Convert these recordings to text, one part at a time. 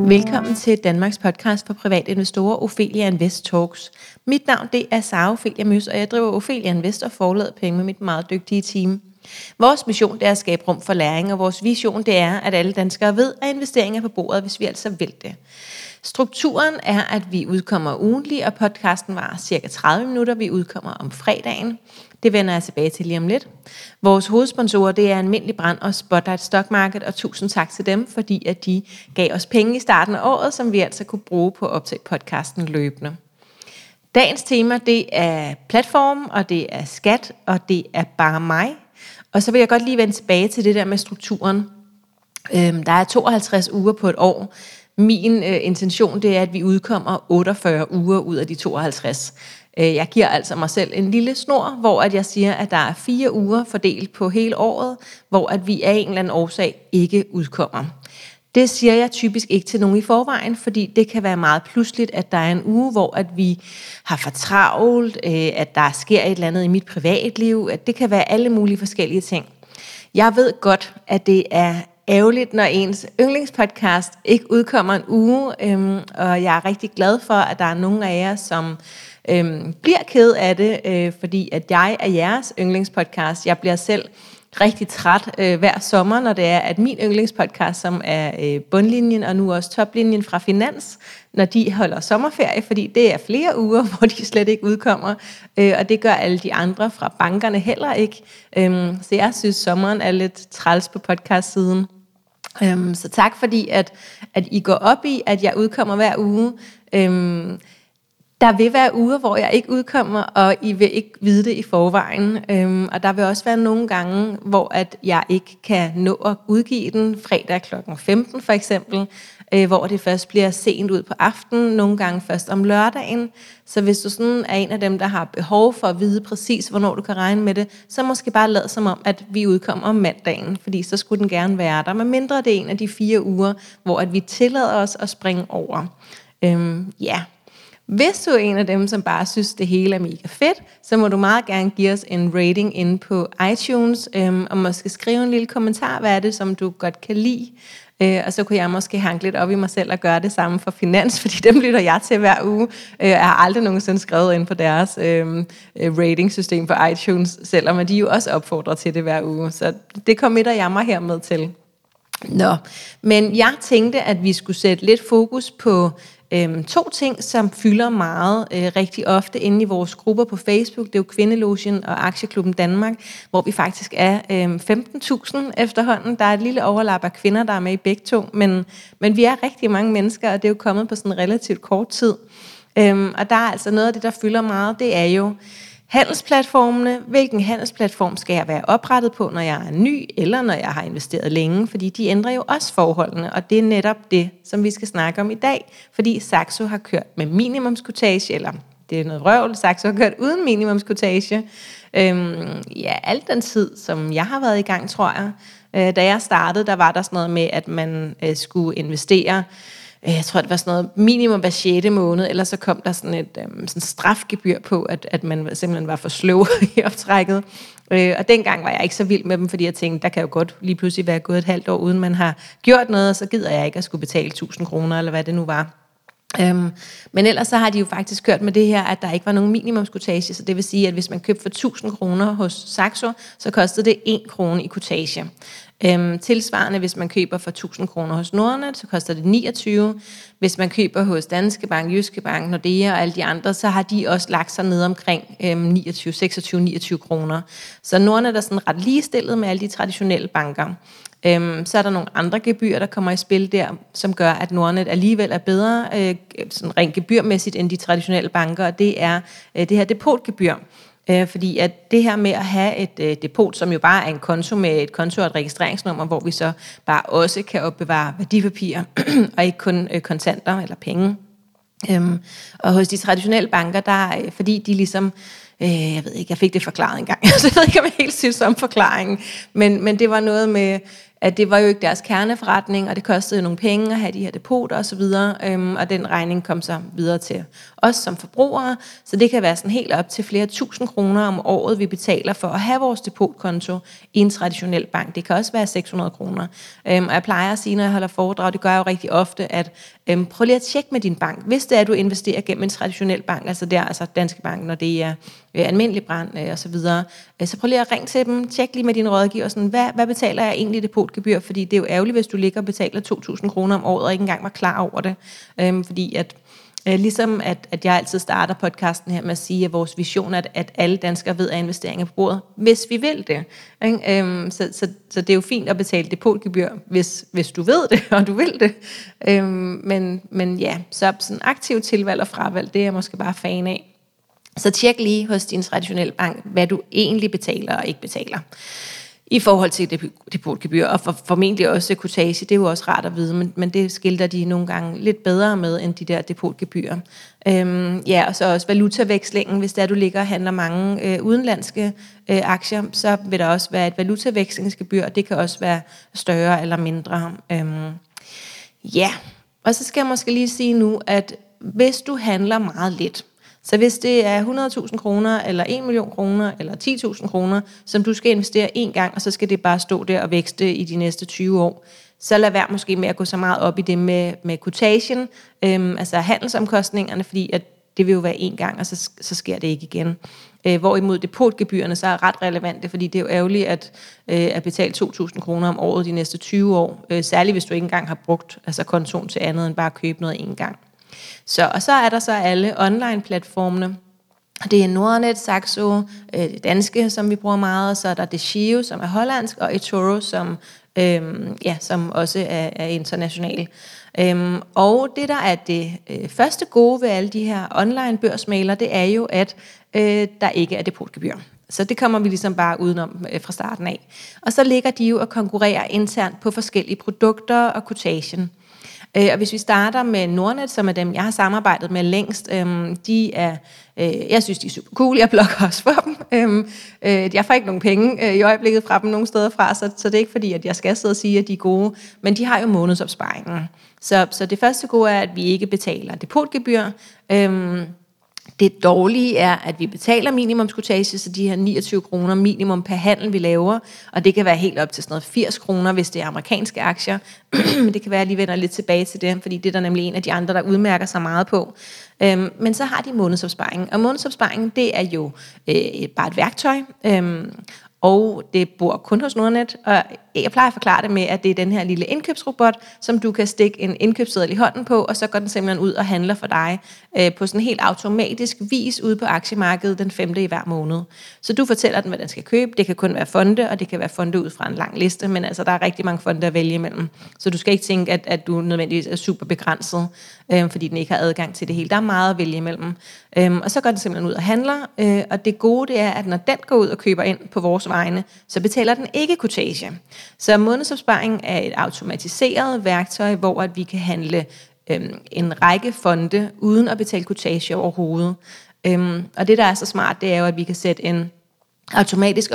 Velkommen til Danmarks podcast for private investorer, Ophelia Invest Talks. Mit navn det er Sara Ophelia Møs, og jeg driver Ophelia Invest og forlader penge med mit meget dygtige team. Vores mission det er at skabe rum for læring, og vores vision det er, at alle danskere ved, at investering er på bordet, hvis vi altså vil det. Strukturen er, at vi udkommer ugentlig, og podcasten varer cirka 30 minutter. Vi udkommer om fredagen. Det vender jeg tilbage til lige om lidt. Vores hovedsponsorer det er Almindelig Brand og Spotlight Stock Market, og tusind tak til dem, fordi at de gav os penge i starten af året, som vi altså kunne bruge på at optage podcasten løbende. Dagens tema det er platform, og det er skat, og det er bare mig. Og så vil jeg godt lige vende tilbage til det der med strukturen. Der er 52 uger på et år. Min intention det er, at vi udkommer 48 uger ud af de 52. Jeg giver altså mig selv en lille snor, hvor at jeg siger, at der er 4 uger fordelt på hele året, hvor at vi af en eller anden årsag ikke udkommer. Det siger jeg typisk ikke til nogen i forvejen, fordi det kan være meget pludseligt, at der er en uge, hvor at vi har for travlt, at der sker et eller andet i mit privatliv, at det kan være alle mulige forskellige ting. Jeg ved godt, at det er ærgerligt, når ens yndlingspodcast ikke udkommer en uge, og jeg er rigtig glad for, at der er nogle af jer, som bliver ked af det, fordi at jeg er jeres yndlingspodcast. Jeg bliver selv rigtig træt hver sommer, når det er, at min yndlingspodcast, som er bundlinjen og nu også toplinjen fra Finans, når de holder sommerferie, fordi det er flere uger, hvor de slet ikke udkommer, og det gør alle de andre fra bankerne heller ikke. Så jeg synes, sommeren er lidt træls på podcastsiden. Så tak fordi, at I går op i, at jeg udkommer hver uge. Der vil være uger, hvor jeg ikke udkommer, og I vil ikke vide det i forvejen. Og der vil også være nogle gange, hvor at jeg ikke kan nå at udgive den fredag kl. 15 for eksempel, hvor det først bliver sent ud på aftenen, nogle gange først om lørdagen. Så hvis du sådan er en af dem, der har behov for at vide præcis, hvornår du kan regne med det, så måske bare lad som om, at vi udkommer om mandagen, fordi så skulle den gerne være der. Men mindre det er en af de 4 uger, hvor at vi tillader os at springe over. Hvis du er en af dem, som bare synes, det hele er mega fedt, så må du meget gerne give os en rating inde på iTunes, og måske skrive en lille kommentar, hvad er det, som du godt kan lide. Og så kunne jeg måske hanke lidt op i mig selv og gøre det samme for Finans, fordi dem lytter jeg til hver uge. Jeg har aldrig nogensinde skrevet ind på deres ratingsystem på iTunes, selvom de jo også opfordrer til det hver uge. Så det committer jeg mig hermed til. Men jeg tænkte, at vi skulle sætte lidt fokus på 2 ting, som fylder meget rigtig ofte inde i vores grupper på Facebook. Det er jo Kvindelogen og Aktieklubben Danmark, hvor vi faktisk er 15.000 efterhånden. Der er et lille overlap af kvinder, der er med i begge to, men vi er rigtig mange mennesker, og det er jo kommet på sådan en relativt kort tid. Og der er altså noget af det, der fylder meget, det er jo handelsplatformene. Hvilken handelsplatform skal jeg være oprettet på, når jeg er ny, eller når jeg har investeret længe? Fordi de ændrer jo også forholdene, og det er netop det, som vi skal snakke om i dag. Fordi Saxo har kørt med minimumskortage, eller det er noget vrøvl, Saxo har kørt uden minimumskortage. Alt den tid, som jeg har været i gang, tror jeg. Da jeg startede, der var der sådan noget med, at man skulle investere. Jeg tror, det var sådan noget minimum hver 6. måned, eller så kom der sådan et sådan strafgebyr på, at man simpelthen var for sløv i optrækket. Og dengang var jeg ikke så vild med dem, fordi jeg tænkte, der kan jo godt lige pludselig være gået et halvt år, uden man har gjort noget, og så gider jeg ikke at skulle betale 1.000 kroner, eller hvad det nu var. Men ellers så har de jo faktisk kørt med det her, at der ikke var nogen minimumskortage, så det vil sige, at hvis man købte for 1.000 kroner hos Saxo, så kostede det 1 krone i kortage. Tilsvarende, hvis man køber for 1.000 kroner hos Nordnet, så koster det 29. Hvis man køber hos Danske Bank, Jyske Bank, Nordea og alle de andre, så har de også lagt sig ned omkring 26-29 kroner. Så Nordnet er sådan ret ligestillet med alle de traditionelle banker. Så er der nogle andre gebyrer, der kommer i spil der, som gør, at Nordnet alligevel er bedre sådan rent gebyrmæssigt end de traditionelle banker, og det er det her depotgebyr. Fordi at det her med at have et depot, som jo bare er en konto med et konto og et registreringsnummer, hvor vi så bare også kan opbevare værdipapirer, og ikke kun kontanter eller penge. Og hos de traditionelle banker, der fordi de ligesom, jeg ved ikke, jeg fik det forklaret engang, så jeg ved ikke, om jeg helt synes om forklaringen, men det var noget med, at det var jo ikke deres kerneforretning, og det kostede nogle penge at have de her depoter osv., og den regning kom så videre til os som forbrugere, så det kan være sådan helt op til flere tusind kroner om året, vi betaler for at have vores depotkonto i en traditionel bank. Det kan også være 600 kroner. Og jeg plejer at sige, når jeg holder foredrag, det gør jeg jo rigtig ofte, at prøv lige at tjekke med din bank. Hvis det er, at du investerer gennem en traditionel bank, altså Danske Bank, når det er almindelig brand og så videre, så prøv lige at ringe til dem, tjek lige med din rådgiver, sådan, hvad betaler jeg egentlig depotgebyr, fordi det er jo ærgerligt, hvis du ligger og betaler 2.000 kroner om året, og ikke engang var klar over det, fordi at ligesom at jeg altid starter podcasten her med at sige, at vores vision er, at alle danskere ved, at investeringer på bordet, hvis vi vil det. Ikke? Så det er jo fint at betale depotgebyr, hvis du ved det, og du vil det. Men ja, så sådan aktivt tilvalg og fravalg, det er jeg måske bare fan af. Så tjek lige hos din traditionelle bank, hvad du egentlig betaler og ikke betaler i forhold til depotgebyr, og formentlig også kurtage. Det er jo også rart at vide, men det skilter de nogle gange lidt bedre med, end de der depotgebyrer. Ja, og så også valutaväxlingen. Hvis der du ligger og handler mange udenlandske aktier, så vil der også være et valutaväxlingsgebyr, og det kan også være større eller mindre. Ja, og så skal jeg måske lige sige nu, at hvis du handler meget lidt, så hvis det er 100.000 kroner, eller 1 million kroner, eller 10.000 kroner, som du skal investere en gang, og så skal det bare stå der og vækste i de næste 20 år, så lad være måske med at gå så meget op i det med quotation, altså handelsomkostningerne, fordi at det vil jo være en gang, og så sker det ikke igen. Hvorimod depotgebyrerne så er ret relevante, fordi det er jo ærgerligt at betale 2.000 kroner om året de næste 20 år, særligt hvis du ikke engang har brugt kontoen til andet end bare at købe noget en gang. Og så er der så alle online-platformene. Det er Nordnet, Saxo, det danske, som vi bruger meget, og så er der Deshio, som er hollandsk, og eToro, som også er international. Og det, der er det første gode ved alle de her online-børsmæglere, det er jo, at der ikke er depotgebyr. Så det kommer vi ligesom bare udenom fra starten af. Og så ligger de jo og konkurrerer internt på forskellige produkter og quotation. Og hvis vi starter med Nordnet, som er dem, jeg har samarbejdet med længst, jeg synes, de er super cool. Jeg blogger også for dem. Jeg får ikke nogen penge i øjeblikket fra dem nogen steder fra, så det er ikke fordi, at jeg skal sidde og sige, at de er gode. Men de har jo månedsopsparingen. Så det første gode er, at vi ikke betaler depotgebyr. Det dårlige er, at vi betaler minimumskurtage, så de her 29 kroner minimum per handel, vi laver, og det kan være helt op til sådan noget 80 kroner, hvis det er amerikanske aktier. Men det kan være, at de vender lidt tilbage til det, fordi det er der nemlig en af de andre, der udmærker sig meget på. Men så har de månedsopsparing, og månedsopsparingen, det er jo bare et værktøj, og det bor kun hos Nordnet, og jeg plejer at forklare det med, at det er den her lille indkøbsrobot, som du kan stikke en indkøbsseddel i hånden på, og så går den simpelthen ud og handler for dig på sådan helt automatisk vis ude på aktiemarkedet den 5. i hver måned. Så du fortæller den, hvad den skal købe. Det kan kun være fonde, og det kan være fonde ud fra en lang liste, men altså der er rigtig mange fonde at vælge imellem. Så du skal ikke tænke, at du nødvendigvis er super begrænset, fordi den ikke har adgang til det hele. Der er meget at vælge imellem. Og så går den simpelthen ud og handler, og det gode det er, at når den går ud og køber ind på vores vegne, så betaler den ikke kurtage. Så månedsopsparing er et automatiseret værktøj, hvor at vi kan handle en række fonde uden at betale kurtage overhovedet. Og det, der er så smart, det er jo, at vi kan sætte en automatisk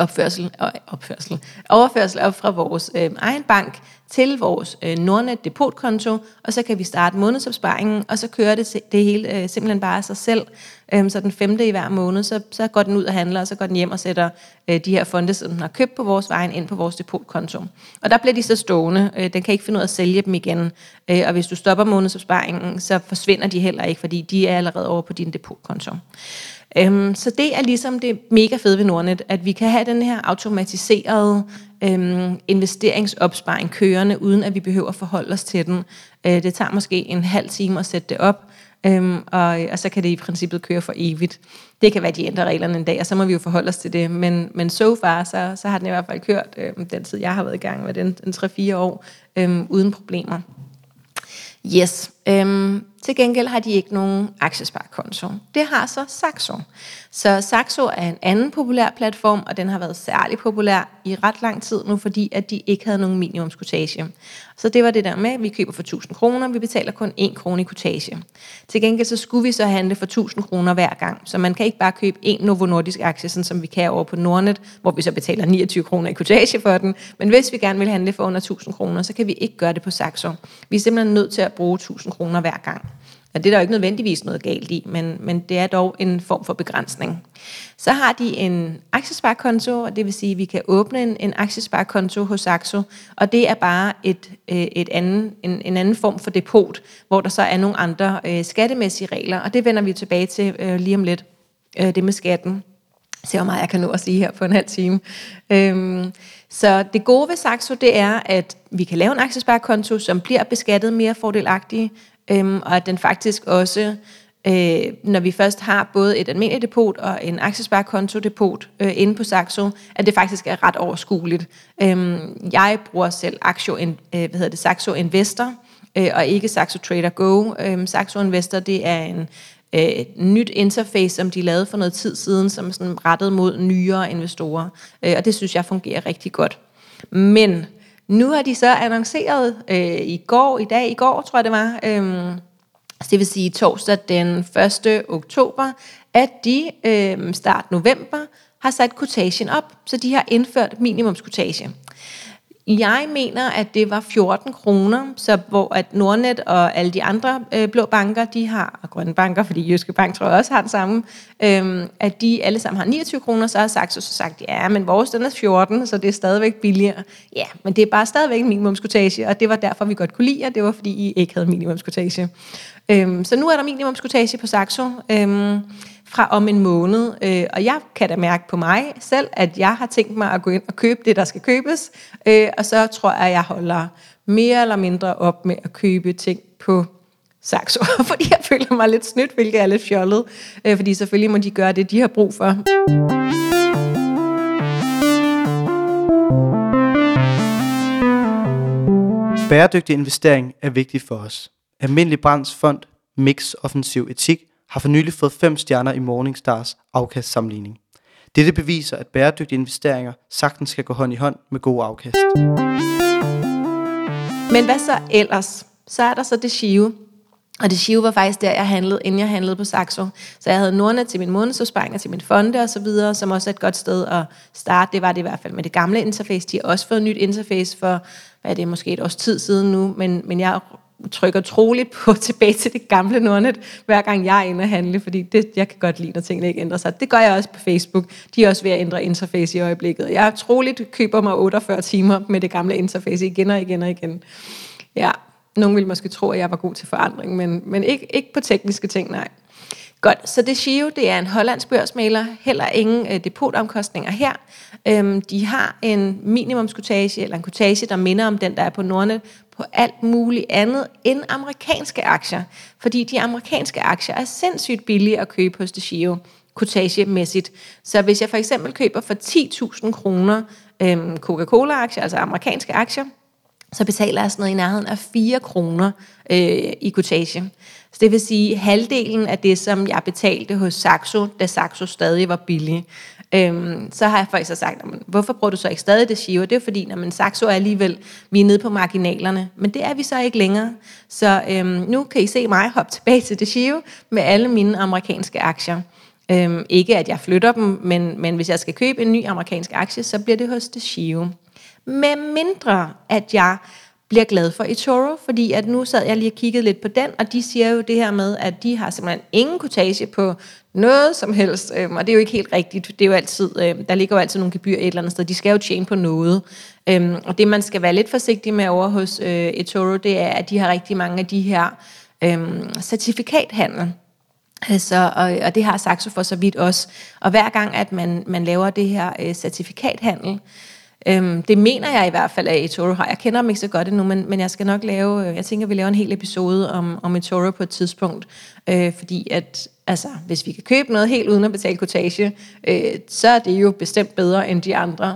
overførsel op fra vores egen bank til vores Nordnet depotkonto, og så kan vi starte månedsopsparingen, og så kører det hele simpelthen bare af sig selv. Så den 5. i hver måned, så går den ud og handler, og så går den hjem og sætter de her fonde, som den har købt på vores vejen, ind på vores depotkonto. Og der bliver de så stående. Den kan ikke finde ud af at sælge dem igen. Og hvis du stopper månedsopsparingen, så forsvinder de heller ikke, fordi de er allerede over på din depotkonto. Så det er ligesom det mega fede ved Nordnet, at vi kan have den her automatiserede investeringsopsparing kørende, uden at vi behøver at forholde os til den. Det tager måske en halv time at sætte det op, og så kan det i princippet køre for evigt. Det kan være, de ændrer reglerne en dag, og så må vi jo forholde os til det. Men so far, så har den i hvert fald kørt den tid, jeg har været i gang med den 3-4 år, uden problemer. Yes. Til gengæld har de ikke nogen aktiesparekonto. Det har så Saxo. Så Saxo er en anden populær platform, og den har været særlig populær i ret lang tid nu, fordi at de ikke havde nogen minimumskurtage. Så det var det der med, at vi køber for 1.000 kroner, vi betaler kun 1 krone i kurtage. Til gengæld så skulle vi så handle for 1.000 kroner hver gang, så man kan ikke bare købe en Novo Nordisk aktie, sådan som vi kan over på Nordnet, hvor vi så betaler 29 kroner i kurtage for den. Men hvis vi gerne vil handle for under 1.000 kroner, så kan vi ikke gøre det på Saxo. Vi er simpelthen nødt til at bruge 1.000 kroner hver gang. Og det er der jo ikke nødvendigvis noget galt i, men det er dog en form for begrænsning. Så har de en aktiesparekonto, og det vil sige, at vi kan åbne en aktiesparekonto hos Saxo, og det er bare en anden form for depot, hvor der så er nogle andre skattemæssige regler, og det vender vi tilbage til lige om lidt, det med skatten. Se hvor meget jeg kan nå at sige her på en halv time. Så det gode ved Saxo, det er, at vi kan lave en aktiesparekonto, som bliver beskattet mere fordelagtigt, og at den faktisk også, når vi først har både et almindeligt depot og en aktiesparekonto-depot inde på Saxo, at det faktisk er ret overskueligt. Jeg bruger selv Saxo Investor, og ikke Saxo Trader Go. Saxo Investor, det er et nyt interface, som de lavede for noget tid siden, som er sådan rettet mod nyere investorer, og det synes jeg fungerer rigtig godt. Men nu har de så annonceret i går tror jeg det var, det vil sige torsdag den 1. oktober, at de start november har sat quotation op, så de har indført minimumsquotation. Jeg mener, at det var 14 kroner, så hvor at Nordnet og alle de andre blå banker, de har, og grønne banker, fordi Jyske Bank tror jeg også har den samme, at de alle sammen har 29 kroner, så har Saxo så sagt, ja, men vores den er 14, så det er stadigvæk billigere. Ja, men det er bare stadigvæk en minimumsquotation, og det var derfor, vi godt kunne lide, og det var fordi, I ikke havde minimumsquotation. Så nu er der minimumsquotation på Saxo fra om en måned, og jeg kan da mærke på mig selv, at jeg har tænkt mig at gå ind og købe det, der skal købes, og så tror jeg, at jeg holder mere eller mindre op med at købe ting på Saxo, fordi jeg føler mig lidt snydt, hvilket er lidt fjollet, fordi selvfølgelig må de gøre det, de har brug for. Bæredygtig investering er vigtig for os. Almindelig Brands fond Mix Offensiv Etik har for nylig fået 5 stjerner i Morningstars afkastsammenligning. Dette beviser, at bæredygtige investeringer sagtens skal gå hånd i hånd med gode afkast. Men hvad så ellers? Så er der så DEGIRO. Og DEGIRO var faktisk der, jeg handlede, inden jeg handlede på Saxo. Så jeg havde Nordnet til min månedsopsparinger, til min fonde og så videre, som også er et godt sted at starte. Det var det i hvert fald med det gamle interface. De har også fået et nyt interface for, hvad er det, måske et års tid siden nu, men jeg trykker troligt på tilbage til det gamle Nordnet, hver gang jeg er inde og handle, fordi jeg kan godt lide, når tingene ikke ændrer sig. Det gør jeg også på Facebook. De er også ved at ændre interface i øjeblikket. Jeg troligt køber mig 48 timer med det gamle interface igen og igen og igen. Ja, nogen ville måske tro, at jeg var god til forandring, men ikke på tekniske ting, nej. Godt, så DEGIRO, det er en hollandsk børsmægler, heller ingen depotomkostninger her. De har en minimumsquotation, eller en quotation, der minder om den, der er på Nordnet, på alt muligt andet end amerikanske aktier. Fordi de amerikanske aktier er sindssygt billige at købe hos DEGIRO, quotation-mæssigt. Så hvis jeg for eksempel køber for 10.000 kroner Coca-Cola-aktier, altså amerikanske aktier, så betaler jeg sådan noget i nærheden af 4 kroner i quotation. Så det vil sige halvdelen af det, som jeg betalte hos Saxo, da Saxo stadig var billig. Så har jeg faktisk sagt, hvorfor bruger du så ikke stadig DEGIRO? Det er fordi, Saxo er alligevel, vi er nede på marginalerne, men det er vi så ikke længere. Så nu kan I se mig hoppe tilbage til DEGIRO med alle mine amerikanske aktier. Ikke at jeg flytter dem, men hvis jeg skal købe en ny amerikansk aktie, så bliver det hos DEGIRO. Med mindre at jeg bliver glad for eToro, fordi at nu sad jeg lige og kiggede lidt på den, og de siger jo det her med, at de har simpelthen ingen quotation på noget som helst, og det er jo ikke helt rigtigt. Det er jo altid, der ligger jo altid nogle gebyr et eller andet sted. De skal jo tjene på noget, og det man skal være lidt forsigtig med over hos eToro, det er, at de har rigtig mange af de her certifikathandel. Og det har Saxo for så vidt også. Og hver gang, at man laver det her certifikathandel, det mener jeg i hvert fald, at eToro har. Jeg kender dem ikke så godt endnu, men jeg skal nok jeg tænker, vi laver en hel episode om eToro på et tidspunkt, fordi at, altså, hvis vi kan købe noget helt uden at betale quotation, så er det jo bestemt bedre end de andre.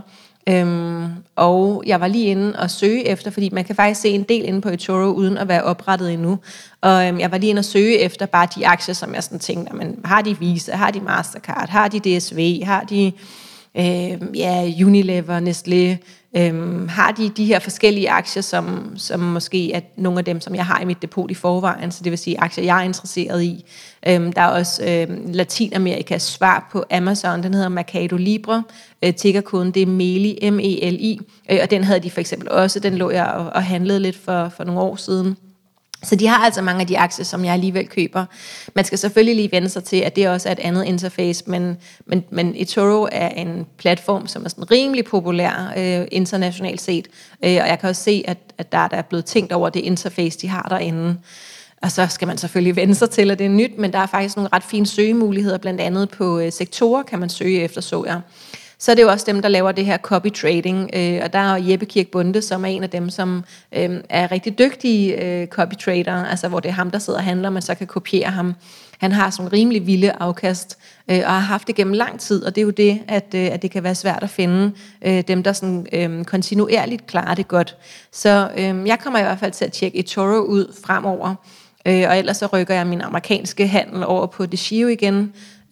Og jeg var lige inde og søge efter, fordi man kan faktisk se en del inde på eToro, uden at være oprettet endnu. Og jeg var lige inde og søge efter bare de aktier, som jeg sådan tænkte, men har de Visa, har de Mastercard, har de DSV, har de Unilever, Nestlé, har de her forskellige aktier, som måske er nogle af dem, som jeg har i mit depot i forvejen, så det vil sige aktier, jeg er interesseret i. Der er også Latinamerikas svar på Amazon, den hedder Mercado Libre, tickerkoden det er MELI, M-E-L-I, og den havde de for eksempel også, den lå jeg og handlede lidt for nogle år siden. Så de har altså mange af de aktier, som jeg alligevel køber. Man skal selvfølgelig lige vende sig til, at det også er et andet interface, men eToro er en platform, som er sådan rimelig populær internationalt set. Og jeg kan også se, at der er blevet tænkt over det interface, de har derinde. Og så skal man selvfølgelig vende sig til, at det er nyt, men der er faktisk nogle ret fine søgemuligheder, blandt andet på sektorer kan man søge efter, så jeg. Så er det jo også dem, der laver det her copy trading, og der er Jeppe Kirk Bonde, som er en af dem, som er rigtig dygtige copy trader, altså hvor det er ham, der sidder og handler, man så kan kopiere ham. Han har sådan rimelig vilde afkast, og har haft det gennem lang tid, og det er jo det, at det kan være svært at finde dem, der sådan, kontinuerligt klarer det godt. Så jeg kommer i hvert fald til at tjekke eToro ud fremover, og ellers så rykker jeg min amerikanske handel over på DeShio igen.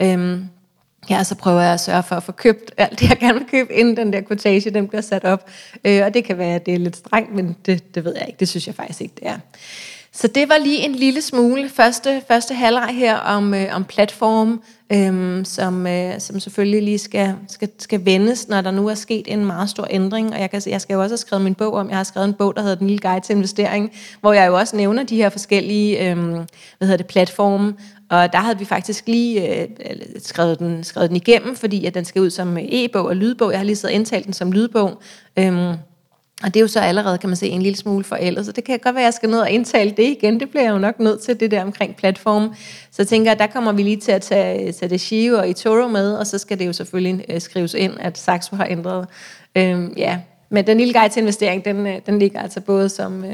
Ja, så prøver jeg at sørge for at få købt alt det, jeg gerne vil købe, inden den der quotage, den bliver sat op. Og det kan være, at det er lidt strengt, men det ved jeg ikke. Det synes jeg faktisk ikke, det er. Så det var lige en lille smule første halvleg her om platform, som selvfølgelig lige skal vendes, når der nu er sket en meget stor ændring. Og jeg skal jo også have skrevet min bog om. Jeg har skrevet en bog, der hedder Den lille guide til investering, hvor jeg jo også nævner de her forskellige platforme. Og der havde vi faktisk lige skrevet den igennem, fordi at den skal ud som e-bog og lydbog. Jeg har lige siddet og indtalt den som lydbog. Og det er jo så allerede, kan man se, en lille smule forældet. Så det kan godt være, at jeg skal ned og indtale det igen. Det bliver jeg jo nok nødt til, det der omkring platform. Så jeg tænker, at der kommer vi lige til at tage DeShio og eToro med, og så skal det jo selvfølgelig skrives ind, at Saxo har ændret. Men den lille guide til investering, den ligger altså både som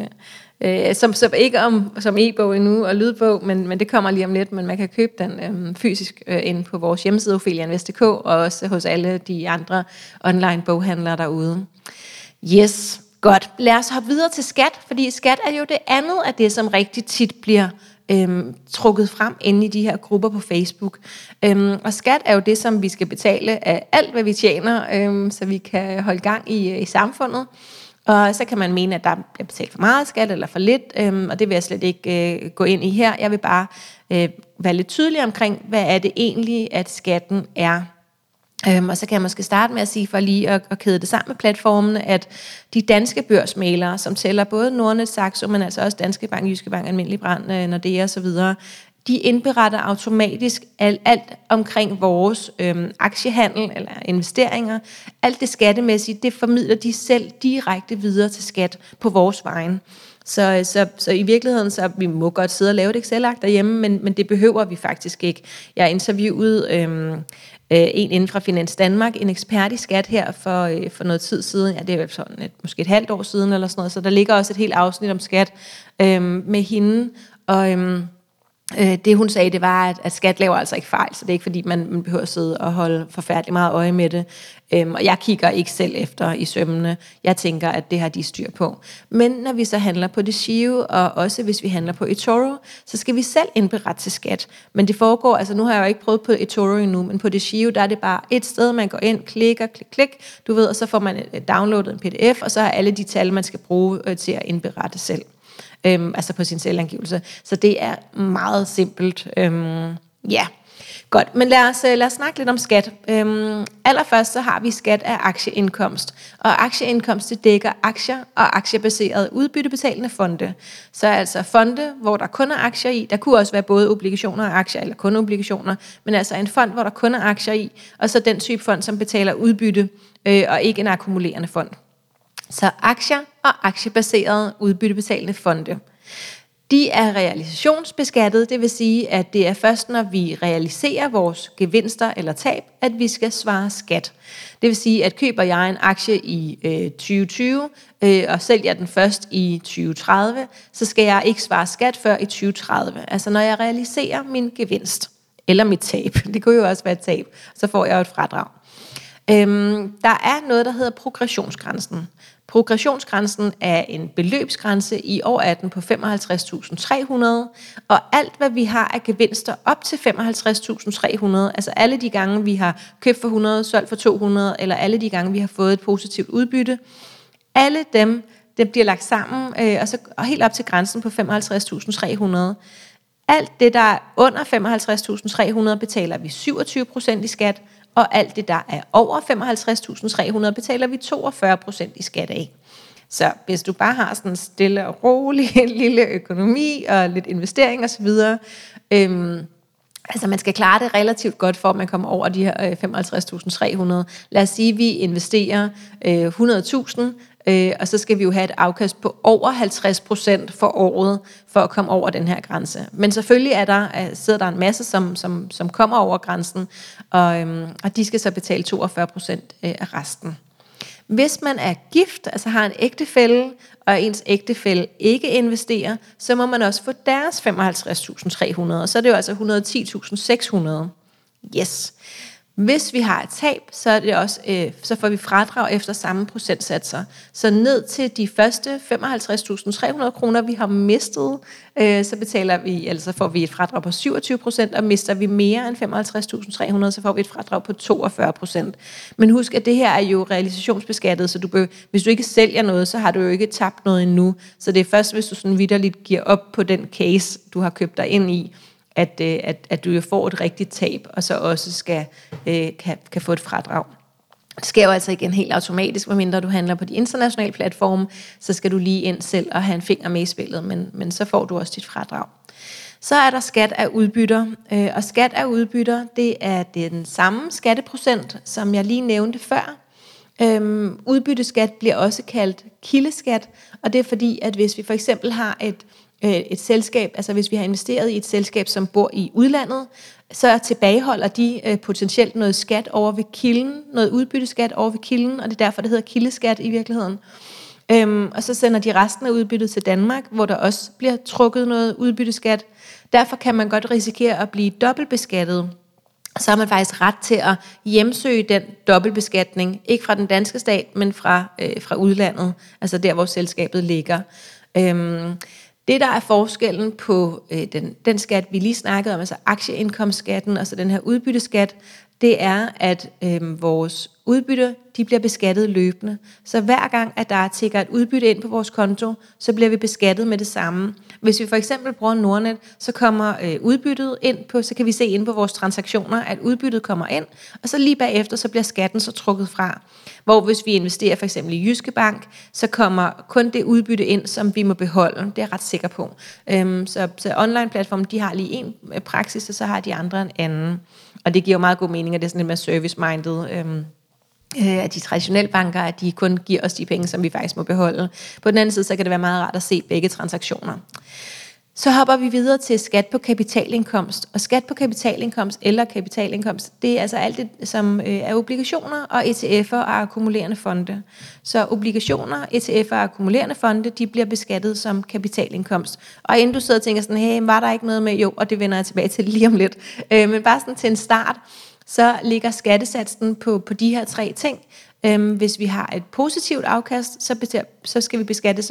ikke som e-bog endnu og lydbog, men det kommer lige om lidt, men man kan købe den fysisk inde på vores hjemmeside, Ophelianvest.dk, og også hos alle de andre online boghandlere derude. Yes, godt. Lad os hoppe videre til skat, fordi skat er jo det andet af det, som rigtig tit bliver trukket frem inde i de her grupper på Facebook. Og skat er jo det, som vi skal betale af alt, hvad vi tjener, så vi kan holde gang i samfundet. Og så kan man mene, at der er betalt for meget skat eller for lidt, og det vil jeg slet ikke gå ind i her. Jeg vil bare være lidt tydelig omkring, hvad er det egentlig, at skatten er. Og så kan jeg måske starte med at sige, for lige at kæde det sammen med platformene, at de danske børsmælere, som tæller både Nordnet, Saxo, men altså også Danske Bank, Jyske Bank, Almindelig Brand, Nordea og så videre, de indberetter automatisk alt omkring vores aktiehandel eller investeringer. Alt det skattemæssige, det formidler de selv direkte videre til skat på vores vegne. Så i virkeligheden, så vi må godt sidde og lave et Excel-ark derhjemme, men det behøver vi faktisk ikke. Jeg interviewede en inden fra Finans Danmark, en ekspert i skat her for noget tid siden. Ja, det er vel sådan måske et halvt år siden eller sådan noget, så der ligger også et helt afsnit om skat med hende, og det hun sagde, det var, at skat laver altså ikke fejl, så det er ikke fordi, man behøver at sidde og holde forfærdeligt meget øje med det. Og jeg kigger ikke selv efter i sømmene. Jeg tænker, at det har de styr på. Men når vi så handler på DeShio, og også hvis vi handler på eToro, så skal vi selv indberette til skat. Men det foregår, altså nu har jeg jo ikke prøvet på eToro endnu, men på DeShio, der er det bare et sted, man går ind, klik, du ved, og så får man downloadet en pdf, og så er alle de tal, man skal bruge til at indberette selv. Altså på sin selvangivelse. Så det er meget simpelt. Godt. Men lad os snakke lidt om skat. Allerførst så har vi skat af aktieindkomst. Og aktieindkomst, det dækker aktier og aktiebaserede udbyttebetalende fonde. Så altså fonde, hvor der kun er aktier i. Der kunne også være både obligationer og aktier, eller kun obligationer. Men altså en fond, hvor der kun er aktier i. Og så den type fond, som betaler udbytte, og ikke en akkumulerende fond. Så aktier og aktiebaserede udbyttebetalende fonde. De er realisationsbeskattet, det vil sige, at det er først, når vi realiserer vores gevinster eller tab, at vi skal svare skat. Det vil sige, at køber jeg en aktie i 2020 og sælger den først i 2030, så skal jeg ikke svare skat før i 2030. Altså når jeg realiserer min gevinst eller mit tab. Det kunne jo også være et tab, så får jeg et fradrag. Der er noget, der hedder progressionsgrænsen. Progressionsgrænsen er en beløbsgrænse i år 18 på 55.300, og alt hvad vi har af gevinster op til 55.300, altså alle de gange vi har købt for 100, solgt for 200, eller alle de gange vi har fået et positivt udbytte, alle dem bliver lagt sammen, og helt op til grænsen på 55.300. Alt det, der er under 55.300, betaler vi 27% i skat, og alt det, der er over 55.300, betaler vi 42% i skat af. Så hvis du bare har sådan en stille og rolig lille økonomi og lidt investering osv., altså man skal klare det relativt godt, for at man kommer over de her 55.300. Lad os sige, at vi investerer 100.000, og så skal vi jo have et afkast på over 50% for året, for at komme over den her grænse. Men selvfølgelig sidder der en masse, som kommer over grænsen, og de skal så betale 42% af resten. Hvis man er gift, altså har en ægtefælle, og ens ægtefælle ikke investerer, så må man også få deres 55.300, og så er det jo altså 110.600. Yes. Hvis vi har et tab, så er det også, så får vi fradrag efter samme procentsatser. Så ned til de første 55.300 kroner, vi har mistet, så får vi et fradrag på 27%, og mister vi mere end 55.300, så får vi et fradrag på 42%. Men husk, at det her er jo realisationsbeskattet, så hvis du ikke sælger noget, så har du jo ikke tabt noget endnu. Så det er først, hvis du sådan vitterligt giver op på den case, du har købt dig ind i, at du jo får et rigtigt tab, og så også kan få et fradrag. Det sker jo altså igen helt automatisk, medmindre du handler på de internationale platforme, så skal du lige ind selv og have en finger med i spillet, men så får du også dit fradrag. Så er der skat af udbytter, og skat af udbytter, det er den samme skatteprocent, som jeg lige nævnte før. Udbytteskat bliver også kaldt kildeskat, og det er fordi, at hvis vi for eksempel har et selskab, altså hvis vi har investeret i et selskab, som bor i udlandet, så tilbageholder de potentielt noget skat over ved kilden, noget udbytteskat over ved kilden, og det er derfor, det hedder kildeskat i virkeligheden. Og så sender de resten af udbyttet til Danmark, hvor der også bliver trukket noget udbytteskat. Derfor kan man godt risikere at blive dobbeltbeskattet. Så har man faktisk ret til at hjemsøge den dobbeltbeskatning, ikke fra den danske stat, men fra udlandet, altså der, hvor selskabet ligger. Det, der er forskellen på den skat, vi lige snakkede om, altså aktieindkomstskatten og så den her udbytteskat, det er, at vores udbytte, de bliver beskattet løbende. Så hver gang, at der tikker et udbytte ind på vores konto, så bliver vi beskattet med det samme. Hvis vi for eksempel bruger Nordnet, så kommer udbyttet ind på, så kan vi se ind på vores transaktioner, at udbyttet kommer ind, og så lige bagefter, så bliver skatten så trukket fra. Hvor hvis vi investerer for eksempel i Jyske Bank, så kommer kun det udbytte ind, som vi må beholde. Det er jeg ret sikker på. Så online-platformen, de har lige en praksis, og så har de andre en anden. Og det giver jo meget god mening, at det er sådan lidt mere service-minded, at de traditionelle banker, at de kun giver os de penge, som vi faktisk må beholde. På den anden side, så kan det være meget rart at se begge transaktioner. Så hopper vi videre til skat på kapitalindkomst. Og skat på kapitalindkomst eller kapitalindkomst, det er altså alt det, som er obligationer og ETF'er og akkumulerende fonde. Så obligationer, ETF'er og akkumulerende fonde, de bliver beskattet som kapitalindkomst. Og inden du sidder og tænker sådan, hey, var der ikke noget med? Jo, og det vender jeg tilbage til lige om lidt. Men bare sådan til en start, så ligger skattesatsen på de her 3 ting. Hvis vi har et positivt afkast, så skal vi beskattes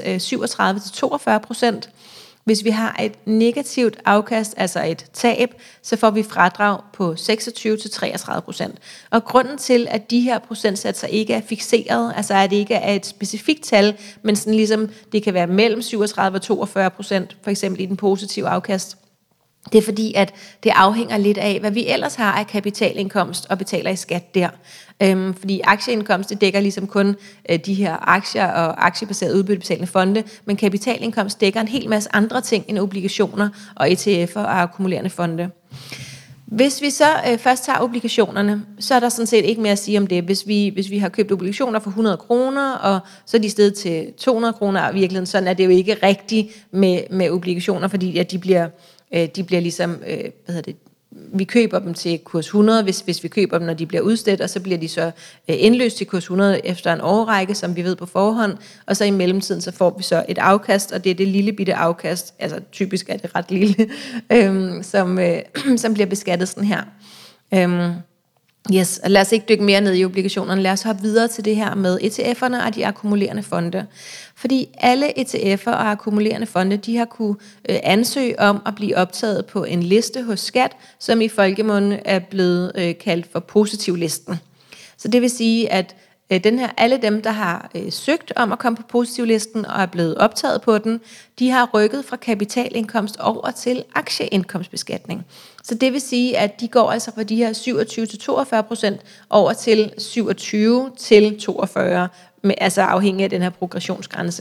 37-42%. Hvis vi har et negativt afkast, altså et tab, så får vi fradrag på 26-33%. Og grunden til, at de her procentsatser ikke er fikseret, altså at det ikke er et specifikt tal, men sådan ligesom det kan være mellem 37 og 42%, for eksempel i den positive afkast, det er fordi, at det afhænger lidt af, hvad vi ellers har af kapitalindkomst og betaler i skat der. Fordi aktieindkomst, det dækker ligesom kun de her aktier og aktiebaseret udbyttebetalende fonde, men kapitalindkomst dækker en hel masse andre ting end obligationer og ETF'er og akkumulerende fonde. Hvis vi så først tager obligationerne, så er der sådan set ikke mere at sige om det. Hvis vi har købt obligationer for 100 kroner, og så er de steget til 200 kroner, og i virkeligheden sådan er det jo ikke rigtigt med obligationer, fordi at de bliver ligesom, vi køber dem til kurs 100, hvis vi køber dem, når de bliver udstedt, og så bliver de så indløst til kurs 100 efter en årrække, som vi ved på forhånd, og så i mellemtiden, så får vi så et afkast, og det er det lille bitte afkast, altså typisk er det ret lille, som bliver beskattet sådan her. Yes, og lad os ikke dykke mere ned i obligationerne. Lad os hoppe videre til det her med ETF'erne og de akkumulerende fonde. Fordi alle ETF'er og akkumulerende fonde, de har kunne ansøge om at blive optaget på en liste hos Skat, som i folkemunde er blevet kaldt for positivlisten. Så det vil sige, at alle dem, der har søgt om at komme på positivlisten og er blevet optaget på den, de har rykket fra kapitalindkomst over til aktieindkomstbeskatning. Så det vil sige, at de går altså fra de her 27-42% over til 27-42%, altså afhængig af den her progressionsgrænse.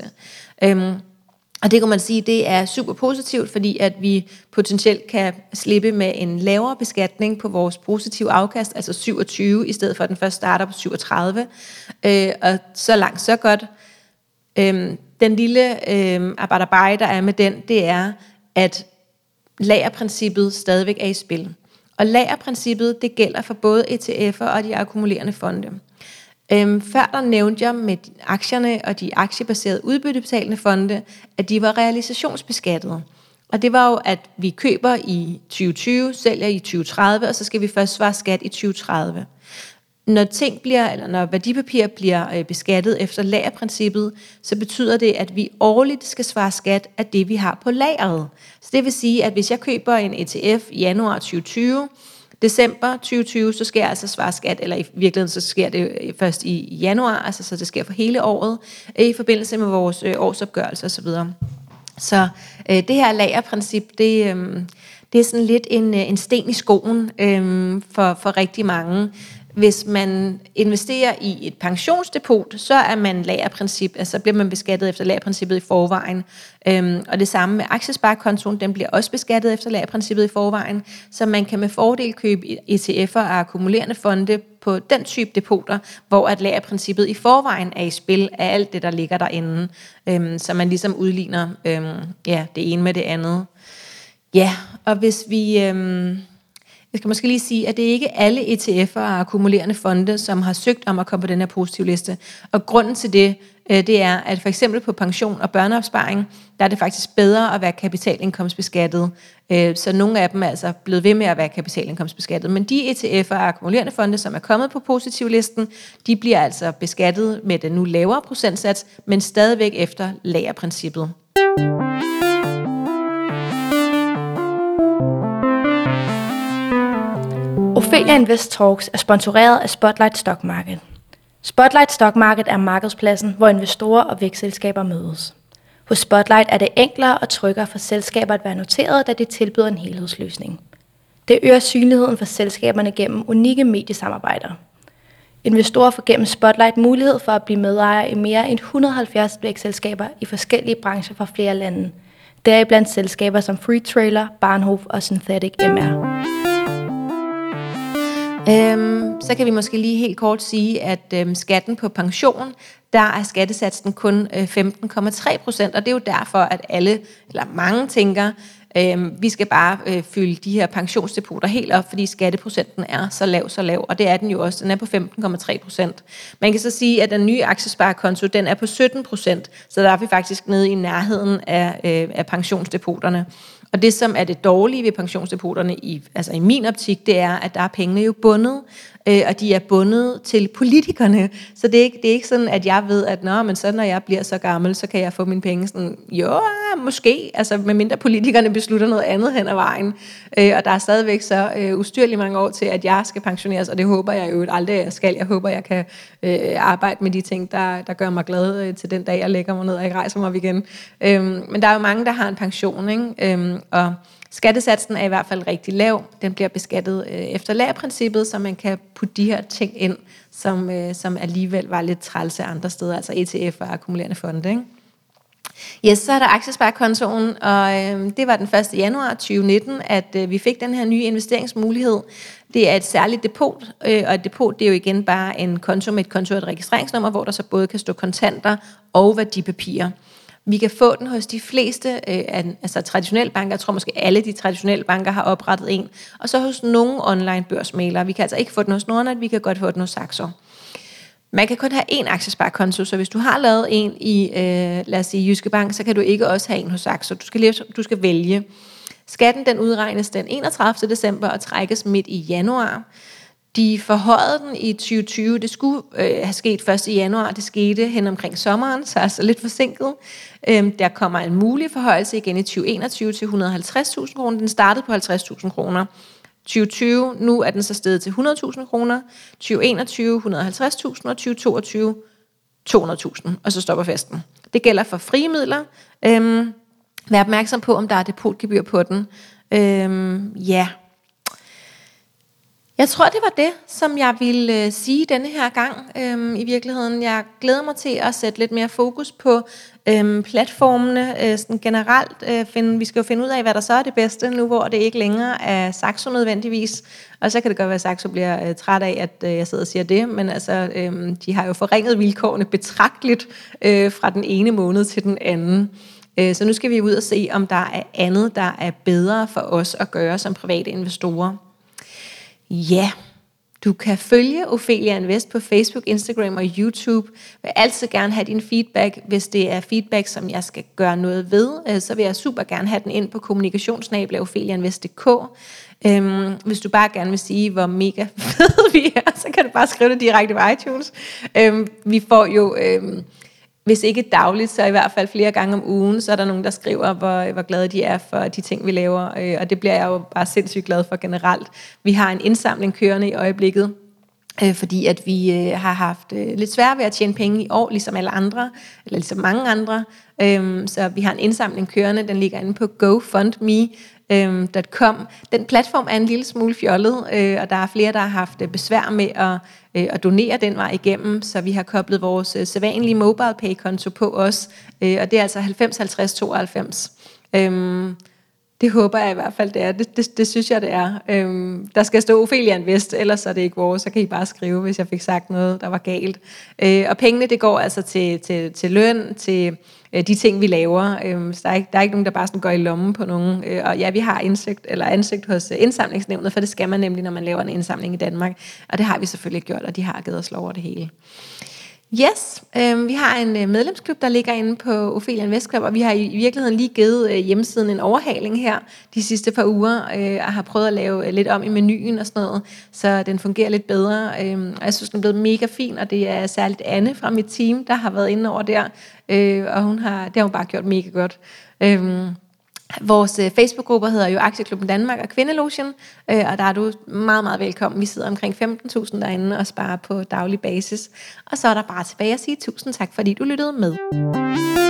Og det kan man sige, det er super positivt, fordi at vi potentielt kan slippe med en lavere beskatning på vores positive afkast, altså 27, i stedet for at den først starter på 37. Og så langt, så godt. Den lille arbejde, der er med den, det er, at lagerprincippet stadigvæk er i spil. Og lagerprincippet, det gælder for både ETF'er og de akkumulerende fonde. Før der nævnte jeg med aktierne og de aktiebaserede udbyttebetalende fonde, at de var realisationsbeskattede. Og det var jo, at vi køber i 2020, sælger i 2030, og så skal vi først svare skat i 2030. Når værdipapirer bliver beskattet efter lagerprincippet, så betyder det, at vi årligt skal svare skat af det, vi har på lageret. Så det vil sige, at hvis jeg køber en ETF i januar 2020, december 2020, så skal jeg altså svare skat, eller i virkeligheden så sker det først i januar, altså så det sker for hele året, i forbindelse med vores årsopgørelse osv. Så det her lagerprincip, det er sådan lidt en sten i skoen for rigtig mange. Hvis man investerer i et pensionsdepot, så er man lagerprincip, altså bliver man beskattet efter lagerprincippet i forvejen. Og det samme med aktiesparekontoen, den bliver også beskattet efter lagerprincippet i forvejen, så man kan med fordel købe ETF'er og akkumulerende fonde på den type depoter, hvor at lagerprincippet i forvejen er i spil af alt det, der ligger derinde, så man ligesom udligner det ene med det andet. Ja, og hvis vi... Jeg skal måske lige sige, at det ikke er alle ETF'er og akkumulerende fonde, som har søgt om at komme på den her positivliste. Og grunden til det er, at for eksempel på pension og børneopsparing, der er det faktisk bedre at være kapitalindkomstbeskattet. Så nogle af dem er altså blevet ved med at være kapitalindkomstbeskattet. Men de ETF'er og akkumulerende fonde, som er kommet på positivlisten, de bliver altså beskattet med den nu lavere procentsats, men stadigvæk efter lagerprincippet. Ophelia Invest Talks er sponsoreret af Spotlight Stock Market. Spotlight Stock Market er markedspladsen, hvor investorer og vækstselskaber mødes. Hos Spotlight er det enklere og tryggere for selskaber at være noteret, da det tilbyder en helhedsløsning. Det øger synligheden for selskaberne gennem unikke mediesamarbejder. Investorer får gennem Spotlight mulighed for at blive medejere i mere end 170 vækstselskaber i forskellige brancher fra flere lande. Deriblandt selskaber som Freetrailer, Bahnhof og Synthetic MR. Så kan vi måske lige helt kort sige, at skatten på pension, der er skattesatsen kun 15,3%, og det er jo derfor, at mange tænker, vi skal bare fylde de her pensionsdepoter helt op, fordi skatteprocenten er så lav, og det er den jo også, den er på 15,3%. Man kan så sige, at den nye aktiesparekonto, den er på 17%, så der er vi faktisk nede i nærheden af pensionsdepoterne. Og det, som er det dårlige ved pensionsdepoterne, i min optik, det er, at der er pengene jo bundet, og de er bundet til politikerne. Så det er ikke sådan, at jeg ved, at når jeg bliver så gammel, så kan jeg få mine penge sådan, jo, måske, altså medmindre politikerne beslutter noget andet hen ad vejen. Og der er stadigvæk så ustyrligt mange år til, at jeg skal pensioneres, og det håber jeg jo aldrig, jeg skal. Jeg håber, jeg kan arbejde med de ting, der gør mig glad til den dag, jeg lægger mig ned og ikke rejser mig op igen. Men der er jo mange, der har en pension, ikke? Og skattesatsen er i hvert fald rigtig lav. Den bliver beskattet efter lagerprincippet, så man kan putte de her ting ind, som alligevel var lidt trælse andre steder, altså ETF og akkumulerende fonde, ikke? Yes, så er der aktiesparekontoen, og det var den 1. januar 2019, at vi fik den her nye investeringsmulighed. Det er et særligt depot, og et depot, det er jo igen bare en konto med et konto og et registreringsnummer, hvor der så både kan stå kontanter og værdipapirer. Vi kan få den hos de fleste traditionelle banker. Jeg tror måske alle de traditionelle banker har oprettet en. Og så hos nogle online børsmælere. Vi kan altså ikke få den hos Nordnet, vi kan godt få den hos Saxo. Man kan kun have én aktiesparekonto, så hvis du har lavet en i, lad os sige, Jyske Bank, så kan du ikke også have en hos Saxo. Du skal vælge. Skatten den udregnes den 31. december og trækkes midt i januar. De forhøjede den i 2020. Det skulle have sket først i januar. Det skete hen omkring sommeren, så altså lidt forsinket. Der kommer en mulig forhøjelse igen i 2021 til 150.000 kroner. Den startede på 50.000 kroner. 2020, nu er den så steget til 100.000 kroner. 2021, 150.000, og 2022, 200.000. Og så stopper festen. Det gælder for frie midler. Vær opmærksom på, om der er depotgebyr på den. Ja. Jeg tror, det var det, som jeg ville sige denne her gang. I virkeligheden, jeg glæder mig til at sætte lidt mere fokus på platformene sådan generelt. Vi skal jo finde ud af, hvad der så er det bedste, nu hvor det ikke længere er Saxo nødvendigvis. Og så kan det godt være, at Saxo bliver træt af, at jeg sidder og siger det, men altså, de har jo forringet vilkårene betragteligt fra den ene måned til den anden. Så nu skal vi ud og se, om der er andet, der er bedre for os at gøre som private investorer. Ja, du kan følge Ophelia Invest på Facebook, Instagram og YouTube. Jeg vil altid gerne have din feedback. Hvis det er feedback, som jeg skal gøre noget ved, så vil jeg super gerne have den ind på kommunikationsnabel@opheliainvest.dk. Hvis du bare gerne vil sige, hvor mega fede vi er, så kan du bare skrive det direkte på iTunes. Vi får jo... hvis ikke dagligt, så i hvert fald flere gange om ugen, så er der nogen, der skriver, hvor glade de er for de ting, vi laver. Og det bliver jeg jo bare sindssygt glad for generelt. Vi har en indsamling kørende i øjeblikket, fordi at vi har haft lidt svært ved at tjene penge i år, ligesom alle andre, eller ligesom mange andre. Så vi har en indsamling kørende, den ligger inde på GoFundMe.com. Den platform er en lille smule fjollet, og der er flere, der har haft besvær med at donere den vej igennem, så vi har koblet vores sædvanlige MobilePay-konto på os, og det er altså 90 50 92. Det håber jeg i hvert fald, det er. Det synes jeg, det er. Der skal stå Ophelia Invest, ellers er det ikke vores. Så kan I bare skrive, hvis jeg fik sagt noget, der var galt. Og pengene, det går altså til løn, til de ting, vi laver. Så der er ikke nogen, der bare sådan går i lommen på nogen. Og ja, vi har ansøgt hos indsamlingsnævnet, for det skal man nemlig, når man laver en indsamling i Danmark. Og det har vi selvfølgelig gjort, og de har givet os lov over det hele. Yes, vi har en medlemsklub, der ligger inde på Ophelia Invest Club, og vi har i virkeligheden lige givet hjemmesiden en overhaling her de sidste par uger, og har prøvet at lave lidt om i menuen og sådan noget, så den fungerer lidt bedre. Og jeg synes, den er blevet mega fin, og det er særligt Anne fra mit team, der har været inde over der, og det har hun bare gjort mega godt. Vores Facebook-grupper hedder jo Aktieklubben Danmark og Kvindelogen, og der er du meget, meget velkommen. Vi sidder omkring 15.000 derinde og sparer på daglig basis. Og så er der bare tilbage at sige tusind tak, fordi du lyttede med.